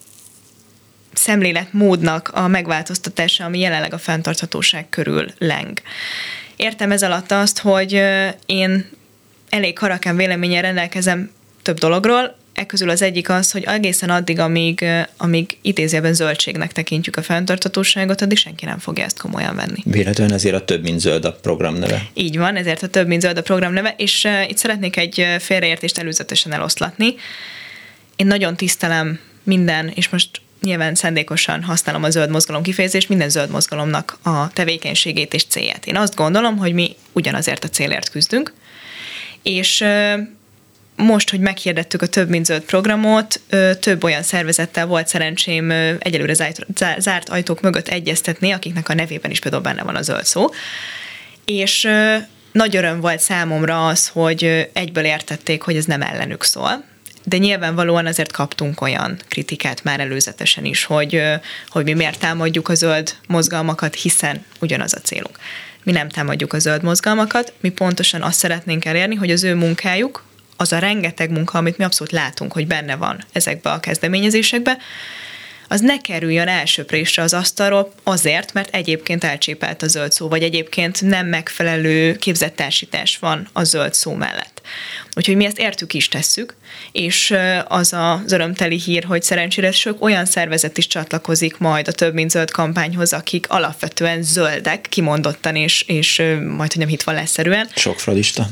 Speaker 3: szemléletmódnak a megváltoztatása, ami jelenleg a fenntarthatóság körül leng. Értem ez alatt azt, hogy én elég harakán véleményen rendelkezem több dologról, ekközül az egyik az, hogy egészen addig, amíg, amíg idézőjelben zöldségnek tekintjük a fenntarthatóságot, addig senki nem fogja ezt komolyan venni.
Speaker 2: Véletlenül ezért a Több mint zöld a program neve.
Speaker 3: Így van, ezért a Több mint zöld a program neve, és uh, itt szeretnék egy félreértést előzetesen eloszlatni. Én nagyon tisztelem minden, és most nyilván szándékosan használom a zöld mozgalom kifejezést, minden zöld mozgalomnak a tevékenységét és célját. Én azt gondolom, hogy mi ugyanazért a célért küzdünk, és uh, most, hogy meghirdettük a Több mint zöld programot, több olyan szervezettel volt szerencsém egyelőre zárt ajtók mögött egyeztetni, akiknek a nevében is például benne van a zöld szó. És nagy öröm volt számomra az, hogy egyből értették, hogy ez nem ellenük szól. De nyilvánvalóan azért kaptunk olyan kritikát már előzetesen is, hogy, hogy mi miért támadjuk a zöld mozgalmakat, hiszen ugyanaz a célunk. Mi nem támadjuk a zöld mozgalmakat, mi pontosan azt szeretnénk elérni, hogy az ő munkájuk, az a rengeteg munka, amit mi abszolút látunk, hogy benne van ezekbe a kezdeményezésekbe, az ne kerüljön elsöprésre az asztalról azért, mert egyébként elcsépelt a zöld szó, vagy egyébként nem megfelelő képzett társítás van a zöld szó mellett. Úgyhogy mi ezt értük is tesszük, és az az örömteli hír, hogy szerencsére sok olyan szervezet is csatlakozik majd a Több mint zöld kampányhoz, akik alapvetően zöldek, kimondottan és, és majd, hogy nem hitvallásszerűen.
Speaker 2: Sok fradista.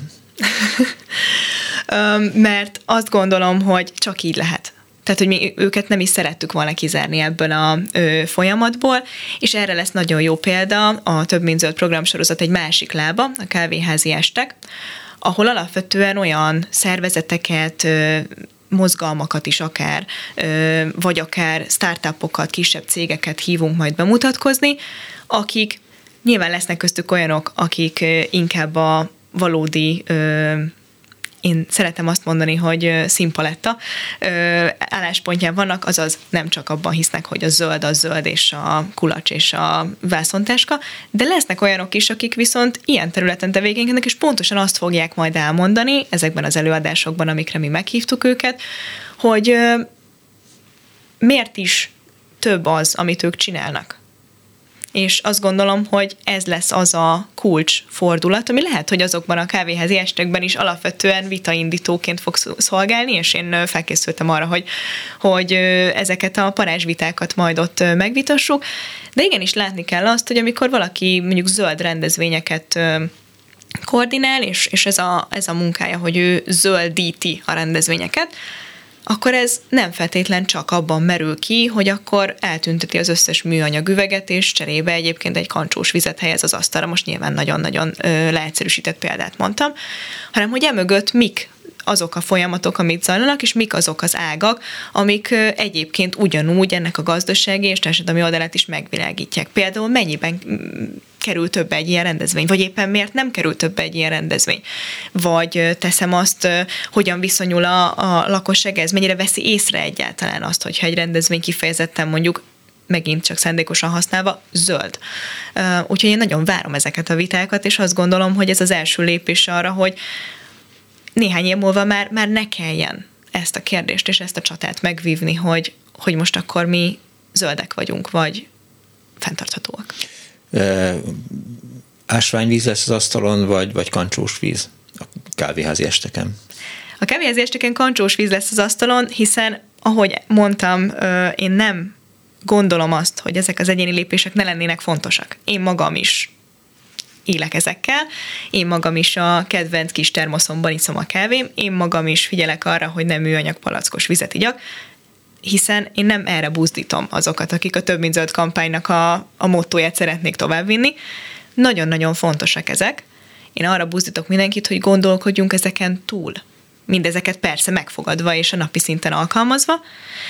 Speaker 3: Mert azt gondolom, hogy csak így lehet. Tehát, hogy mi őket nem is szerettük volna kizárni ebből a ö, folyamatból, és erre lesz nagyon jó példa a Több mint zöld programsorozat egy másik lába, a kávéházi estek, ahol alapvetően olyan szervezeteket, ö, mozgalmakat is akár, ö, vagy akár startupokat, kisebb cégeket hívunk majd bemutatkozni, akik nyilván lesznek köztük olyanok, akik ö, inkább a valódi ö, én szeretem azt mondani, hogy színpaletta álláspontján vannak, azaz nem csak abban hisznek, hogy a zöld a zöld és a kulacs és a vászontáska, de lesznek olyanok is, akik viszont ilyen területen tevékenykednek, és pontosan azt fogják majd elmondani ezekben az előadásokban, amikre mi meghívtuk őket, hogy miért is több az, amit ők csinálnak. És azt gondolom, hogy ez lesz az a kulcs fordulat, ami lehet, hogy azokban a kávéházi estekben is alapvetően vitaindítóként fog szolgálni, és én felkészültem arra, hogy, hogy ezeket a parázsvitákat majd ott megvitassuk. De igenis látni kell azt, hogy amikor valaki mondjuk zöld rendezvényeket koordinál, és, és ez, a, ez a munkája, hogy ő zöldíti a rendezvényeket, akkor ez nem feltétlen csak abban merül ki, hogy akkor eltünteti az összes műanyag üveget, és cserébe egyébként egy kancsós vizet helyez az asztalra. Most nyilván nagyon-nagyon ö, leegyszerűsített példát mondtam, hanem hogy emögött mik azok a folyamatok, amit zajlanak, és mik azok az ágak, amik ö, egyébként ugyanúgy ennek a gazdasági és társadalmi oldalát is megvilágítják. Például mennyiben kerül több egy ilyen rendezvény, vagy éppen miért nem kerül több egy ilyen rendezvény. Vagy teszem azt, hogyan viszonyul a, a lakosság ez, mennyire veszi észre egyáltalán azt, hogyha egy rendezvény kifejezetten mondjuk megint csak szándékosan használva zöld. Úgyhogy én nagyon várom ezeket a vitákat, és azt gondolom, hogy ez az első lépés arra, hogy néhány év múlva már, már ne kelljen ezt a kérdést és ezt a csatát megvívni, hogy, hogy most akkor mi zöldek vagyunk, vagy fenntarthatóak.
Speaker 2: Uh, ásványvíz lesz az asztalon, vagy, vagy kancsós víz a kávéházi esteken?
Speaker 3: A kávéházi esteken kancsós víz lesz az asztalon, hiszen, ahogy mondtam, uh, én nem gondolom azt, hogy ezek az egyéni lépések ne lennének fontosak. Én magam is élek ezekkel, én magam is a kedvenc kis termoszomban iszom a kávém, én magam is figyelek arra, hogy nem műanyag palackos vizet igyak, hiszen én nem erre buzdítom azokat, akik a Több mint zöld kampánynak a, a mottóját szeretnék továbbvinni. Nagyon-nagyon fontosak ezek. Én arra buzdítok mindenkit, hogy gondolkodjunk ezeken túl. Mindezeket persze megfogadva és a napi szinten alkalmazva,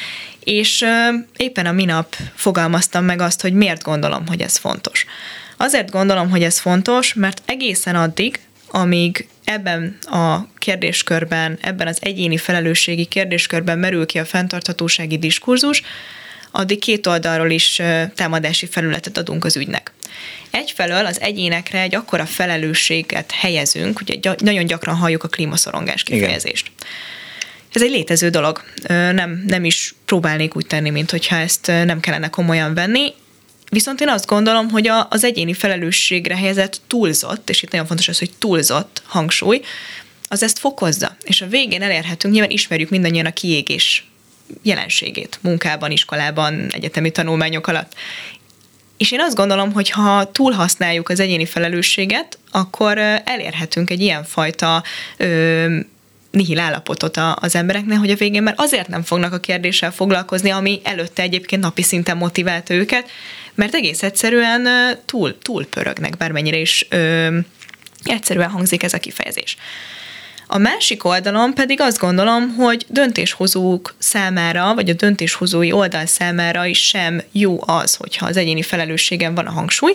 Speaker 3: És éppen a minap fogalmaztam meg azt, hogy miért gondolom, hogy ez fontos. Azért gondolom, hogy ez fontos, mert egészen addig, amíg ebben a kérdéskörben, ebben az egyéni felelősségi kérdéskörben merül ki a fenntarthatósági diskurzus, addig két oldalról is támadási felületet adunk az ügynek. Egyfelől az egyénekre egy akkora felelősséget helyezünk, ugye nagyon gyakran halljuk a klímaszorongás kifejezést. Igen. Ez egy létező dolog. Nem, nem is próbálnék úgy tenni, mint hogyha ezt nem kellene komolyan venni. Viszont én azt gondolom, hogy az egyéni felelősségre helyezett túlzott, és itt nagyon fontos az, hogy túlzott hangsúly, az ezt fokozza. És a végén elérhetünk, nyilván ismerjük mindannyian a kiégés jelenségét munkában, iskolában, egyetemi tanulmányok alatt. És én azt gondolom, hogy ha túlhasználjuk az egyéni felelősséget, akkor elérhetünk egy ilyenfajta ö, nihil állapotot az embereknek, hogy a végén már azért nem fognak a kérdéssel foglalkozni, ami előtte egyébként napi szinten motiválta őket, mert egész egyszerűen túl, túl pörögnek, bármennyire is ö, egyszerűen hangzik ez a kifejezés. A másik oldalon pedig azt gondolom, hogy döntéshozók számára, vagy a döntéshozói oldal számára is sem jó az, hogyha az egyéni felelősségen van a hangsúly.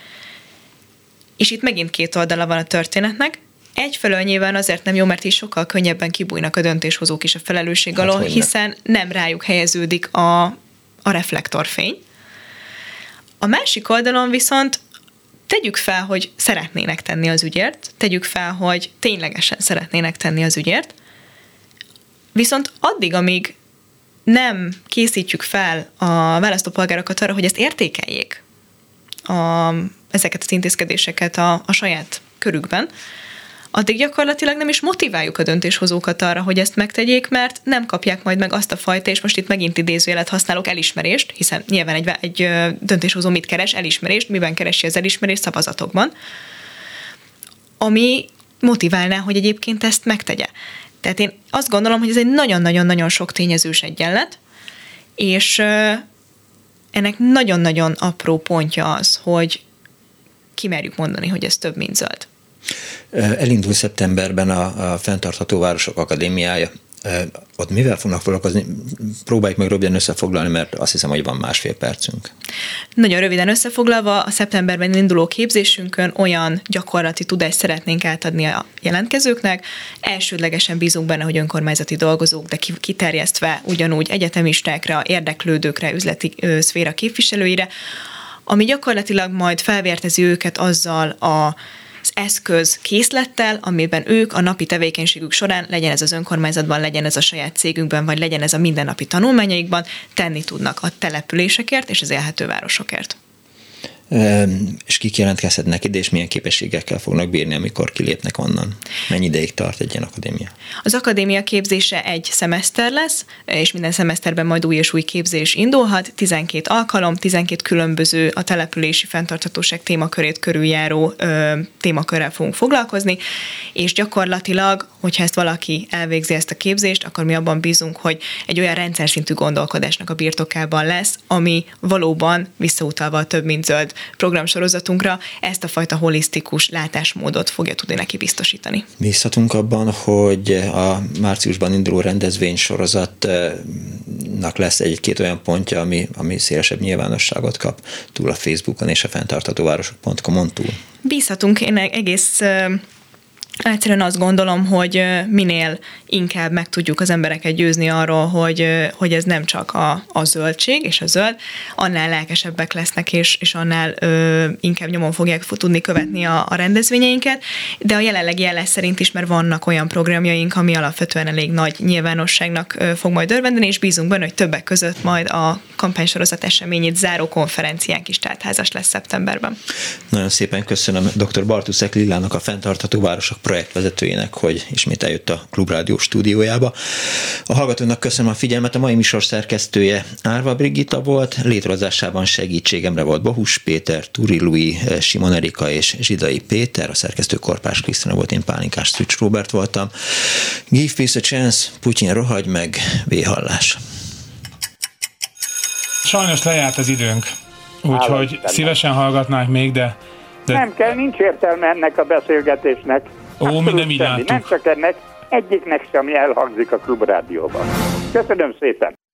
Speaker 3: És itt megint két oldala van a történetnek. Egyfelől nyilván azért nem jó, mert is sokkal könnyebben kibújnak a döntéshozók is a felelősség alól, hát, hiszen nem rájuk helyeződik a, a reflektorfény. A másik oldalon viszont tegyük fel, hogy szeretnének tenni az ügyért, tegyük fel, hogy ténylegesen szeretnének tenni az ügyért, viszont addig, amíg nem készítjük fel a választópolgárokat arra, hogy ezt értékeljék, a, ezeket az intézkedéseket a, a saját körükben, addig gyakorlatilag nem is motiváljuk a döntéshozókat arra, hogy ezt megtegyék, mert nem kapják majd meg azt a fajta, és most itt megint idézőjelet használok, elismerést, hiszen nyilván egy, egy döntéshozó mit keres? Elismerést, miben keresi az elismerést? Szavazatokban, ami motiválná, hogy egyébként ezt megtegye. Tehát én azt gondolom, hogy ez egy nagyon-nagyon-nagyon sok tényezős egyenlet, és ennek nagyon-nagyon apró pontja az, hogy kimerjük mondani, hogy ez több, mint zöld.
Speaker 2: Elindul szeptemberben a, a Fenntartható Városok Akadémiája. Ott mivel fognak foglalkozni? Próbáljuk meg röviden összefoglalni, mert azt hiszem, hogy van másfél percünk.
Speaker 3: Nagyon röviden összefoglalva, a szeptemberben induló képzésünkön olyan gyakorlati tudást szeretnénk átadni a jelentkezőknek. Elsődlegesen bízunk benne, hogy önkormányzati dolgozók, de kiterjesztve ugyanúgy egyetemistákra, érdeklődőkre, üzleti ö, szféra képviselőire, ami gyakorlatilag majd felvértezi őket azzal a az eszköz készlettel, amiben ők a napi tevékenységük során, legyen ez az önkormányzatban, legyen ez a saját cégünkben, vagy legyen ez a mindennapi tanulmányaikban, tenni tudnak a településekért és az élhető városokért.
Speaker 2: E, és kik jelentkezhetnek ide, és milyen képességekkel fognak bírni, amikor kilépnek onnan? Mennyi ideig tart egy ilyen akadémia?
Speaker 3: Az akadémia képzése egy szemeszter lesz, és minden szemeszterben majd új és új képzés indulhat, tizenkét alkalom, tizenkét különböző a települési fenntarthatóság témakörét körüljáró ö, témakörrel fogunk foglalkozni, és gyakorlatilag, hogyha ezt valaki elvégzi ezt a képzést, akkor mi abban bízunk, hogy egy olyan rendszer szintű gondolkodásnak a birtokában lesz, ami valóban visszautalva a több mint zöld programsorozatunkra ezt a fajta holisztikus látásmódot fogja tudni neki biztosítani.
Speaker 2: Bízhatunk abban, hogy a márciusban induló rendezvénysorozatnak lesz egy-két olyan pontja, ami, ami szélesebb nyilvánosságot kap túl a Facebookon és a fenntarthatóvárosok pont com-on túl.
Speaker 3: Bízhatunk, én egész egyszerűen azt gondolom, hogy minél inkább meg tudjuk az embereket győzni arról, hogy, hogy ez nem csak a, a zöldség és a zöld, annál lelkesebbek lesznek, és, és annál ö, inkább nyomon fogják tudni követni a, a rendezvényeinket, de a jelenlegi jellás szerint is, mert vannak olyan programjaink, ami alapvetően elég nagy nyilvánosságnak ö, fog majd örvendeni, és bízunk benne, hogy többek között majd a kampánysorozat eseményét záró konferenciánk is teltházas lesz szeptemberben.
Speaker 2: Nagyon szépen köszönöm dr. Bartuszek Lillának, a Fenntartható Városok projektvezetőjének, hogy ismét eljött a Klubrádió stúdiójába. A hallgatónak köszönöm a figyelmet, a mai műsor szerkesztője Árva Brigitta volt, létrehozásában segítségemre volt Bohus Péter, Turi Lui, Simon Erika és Zsidai Péter, a szerkesztő Korpás Krisztina volt, én Pálinkás Szücs Róbert voltam. Give peace a chance, Putyin rohagy meg, véhallás.
Speaker 4: Sajnos lejárt az időnk, úgyhogy szívesen hallgatnánk még, de, de...
Speaker 5: Nem kell, nincs értelme ennek a beszélgetésnek.
Speaker 4: Ó, mi nem így
Speaker 5: láttuk. Nem csak ennek, egyiknek sem elhangzik a Klubrádióban. Köszönöm szépen!